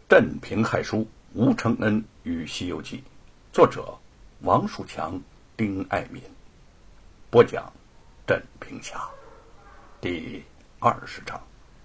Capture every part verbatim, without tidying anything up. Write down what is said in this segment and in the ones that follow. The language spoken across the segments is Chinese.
镇平害书吴承恩与西游记，作者王树强、丁爱民，播讲镇平侠，第二十章。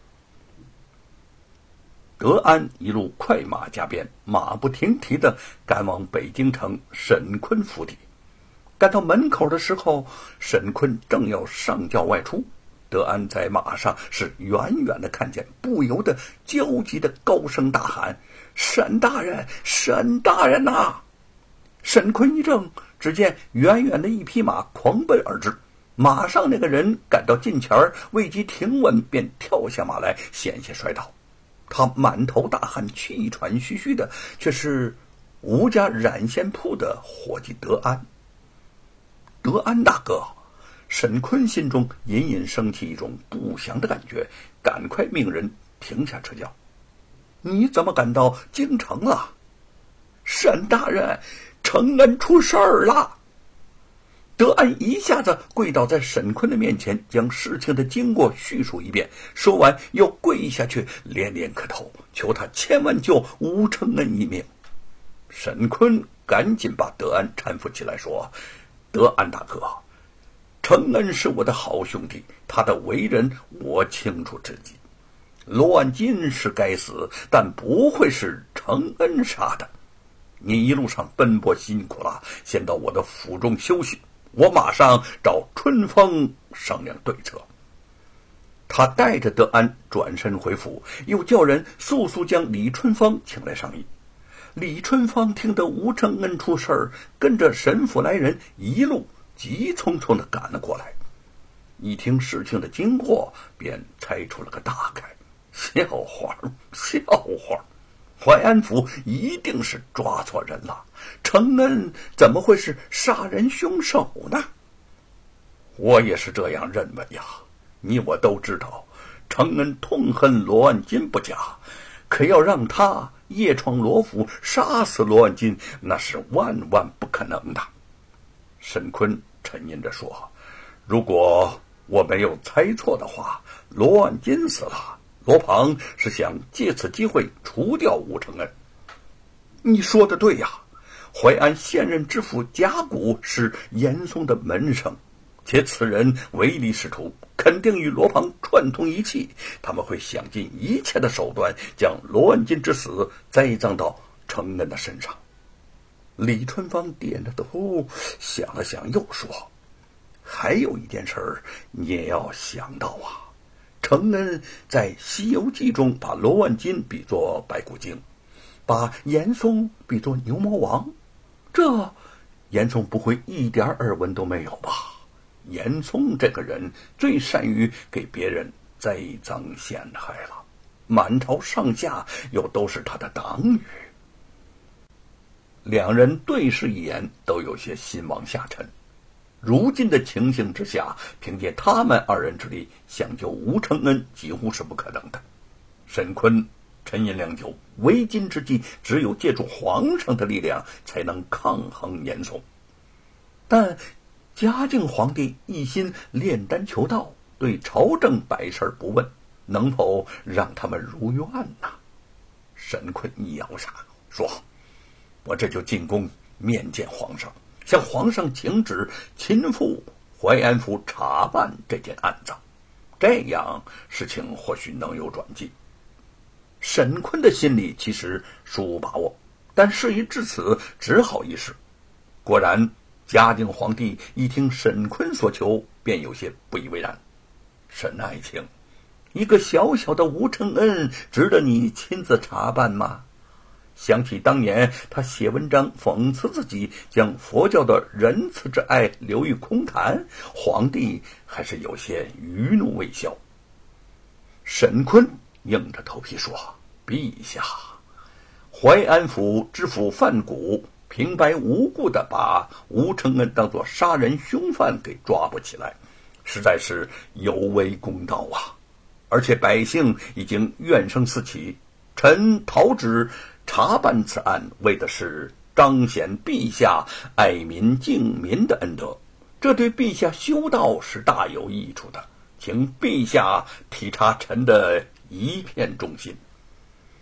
德安一路快马加鞭，马不停蹄地赶往北京城沈坤府邸。赶到门口的时候，沈坤正要上轿外出，德安在马上是远远地看见，不由得焦急地高声大喊：“沈大人，沈大人呐！”沈坤一怔，只见远远的一匹马狂奔而至，马上那个人赶到近前，未及停稳，便跳下马来，险些摔倒。他满头大汗，气喘吁吁的，却是吴家染线铺的伙计德安。德安大哥，沈坤心中隐隐升起一种不祥的感觉，赶快命人停下车轿。你怎么赶到京城了？沈大人，承恩出事儿了。德安一下子跪倒在沈坤的面前，将事情的经过叙述一遍，说完又跪下去连连磕头，求他千万救吴承恩一命。沈坤赶紧把德安搀扶起来，说：“德安大哥，承恩是我的好兄弟，他的为人我清楚知己。罗万金是该死，但不会是承恩杀的。你一路上奔波辛苦了，先到我的府中休息，我马上找春风商量对策。”他带着德安转身回府，又叫人速速将李春芳请来商议。李春芳听得吴承恩出事儿，跟着沈府来人一路急匆匆地赶了过来。一听事情的经过，便猜出了个大概。笑话，笑话！淮安府一定是抓错人了，承恩怎么会是杀人凶手呢？我也是这样认为呀。你我都知道，承恩痛恨罗万金不假，可要让他夜闯罗府杀死罗万金，那是万万不可能的。沈坤沉吟着说：“如果我没有猜错的话，罗万金死了，罗庞是想借此机会除掉吴承恩。”你说的对呀，淮安现任知府贾谷是严嵩的门生，且此人唯利是图，肯定与罗庞串通一气，他们会想尽一切的手段，将罗万金之死栽赃到承恩的身上。李春芳点着头想了想，又说：“还有一件事儿你也要想到啊。承恩在《西游记》中把罗万金比作白骨精，把严嵩比作牛魔王，这严嵩不会一点耳闻都没有吧？严嵩这个人最善于给别人栽赃陷害了，满朝上下又都是他的党羽。”两人对视一眼，都有些心往下沉。如今的情形之下，凭借他们二人之力想救吴承恩几乎是不可能的。沈坤沉吟良久，为今之计只有借助皇上的力量才能抗衡严嵩。但嘉靖皇帝一心炼丹求道，对朝政百事不问，能否让他们如愿呢？沈坤一摇下说：“我这就进宫面见皇上，向皇上请旨亲赴淮安府查办这件案子，这样事情或许能有转机。”沈坤的心里其实殊无把握，但事已至此，只好一试。果然，嘉靖皇帝一听沈坤所求，便有些不以为然。沈爱卿，一个小小的吴承恩，值得你亲自查办吗？想起当年他写文章讽刺自己将佛教的仁慈之爱流于空谈，皇帝还是有些余怒未消。沈坤硬着头皮说：“陛下，淮安府知府范谷平白无故地把吴承恩当作杀人凶犯给抓捕起来，实在是有违公道啊！而且百姓已经怨声四起，臣讨旨查办此案，为的是彰显陛下爱民敬民的恩德，这对陛下修道是大有益处的，请陛下体察臣的一片忠心。”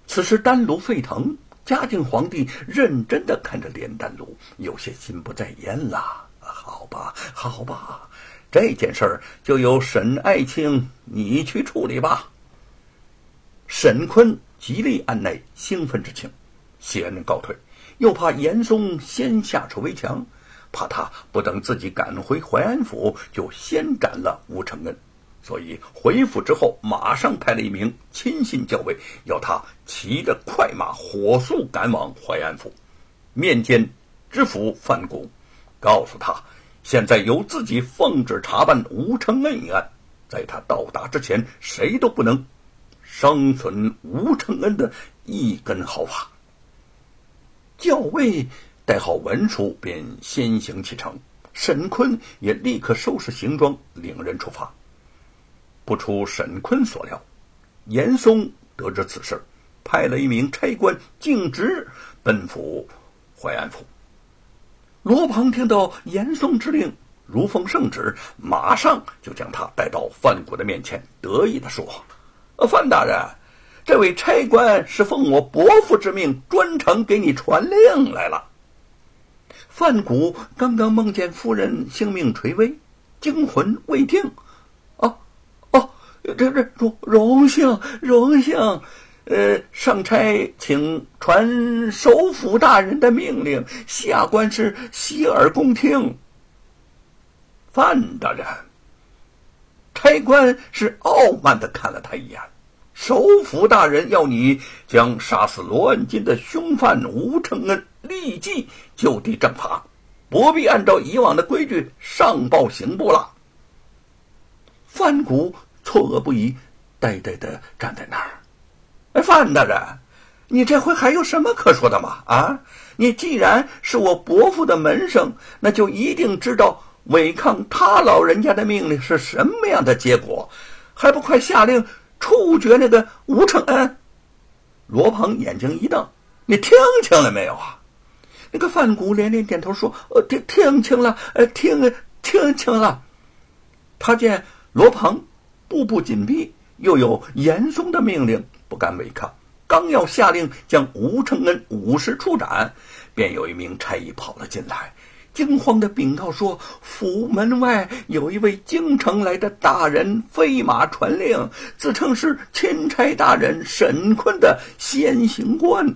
此时丹炉沸腾，嘉靖皇帝认真地看着炼丹炉，有些心不在焉了。好吧，好吧，这件事儿就由沈爱卿你去处理吧。沈坤极力按捺兴奋之情，先人告退，又怕严嵩先下手为强，怕他不等自己赶回淮安府就先斩了吴承恩，所以回府之后马上派了一名亲信校尉，要他骑着快马火速赶往淮安府，面见知府范谷，告诉他现在由自己奉旨查办吴承恩一案，在他到达之前谁都不能伤损吴承恩的一根毫发。校尉带好文书便先行启程，沈坤也立刻收拾行装领人出发。不出沈坤所料，严嵩得知此事，派了一名差官径直奔赴淮安府。罗庞听到严嵩之令，如奉圣旨，马上就将他带到范谷的面前，得意地说：范大人，这位差官是奉我伯父之命专程给你传令来了。范谷刚刚梦见夫人性命垂危，惊魂未定。哦哦，这这荣荣幸荣幸，呃，上差请传首辅大人的命令，下官是洗耳恭听。范大人，差官是傲慢地看了他一眼。首辅大人要你将杀死罗恩金的凶犯吴承恩立即就地正法，不必按照以往的规矩上报刑部了。范谷错愕不已，呆呆地站在那儿。哎，范大人，你这回还有什么可说的吗？啊，你既然是我伯父的门生，那就一定知道违抗他老人家的命令是什么样的结果，还不快下令处决那个吴承恩？罗庞眼睛一瞪，你听清了没有啊？那个范谷连连点头说：呃，听听清了，呃，听听清了。他见罗庞步步紧逼，又有严嵩的命令，不敢违抗，刚要下令将吴承恩五十处斩，便有一名差役跑了进来，惊慌地禀告说：府门外有一位京城来的大人飞马传令，自称是钦差大人沈坤的先行官。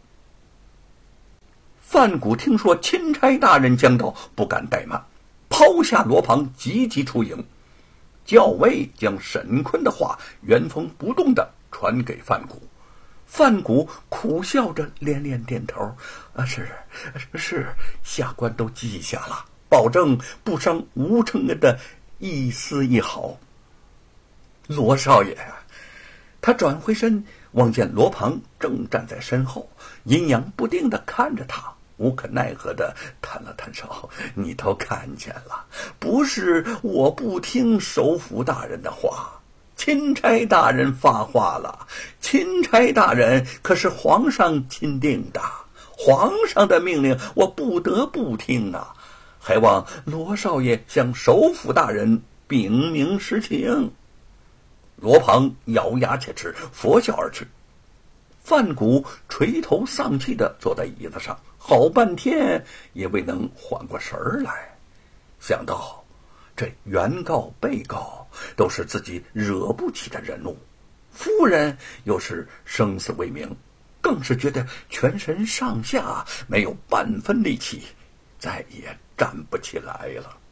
范谷听说钦差大人将到，不敢怠慢，抛下罗庞急急出营。校尉将沈坤的话原封不动地传给范谷，范谷苦笑着连连点头：啊，是是，下官都记下了，保证不伤吴承恩的一丝一毫。罗少爷，他转回身望见罗庞正站在身后，阴阳不定地看着他，无可奈何地摊了摊手：你都看见了，不是我不听首辅大人的话，钦差大人发话了，钦差大人可是皇上钦定的，皇上的命令我不得不听啊，还望罗少爷向首辅大人禀明实情。罗庞咬牙切齿，拂晓而去。范谷垂头丧气地坐在椅子上，好半天也未能缓过神儿来。想到这原告被告都是自己惹不起的人物，夫人又是生死未明，更是觉得全身上下没有半分力气，再也站不起来了。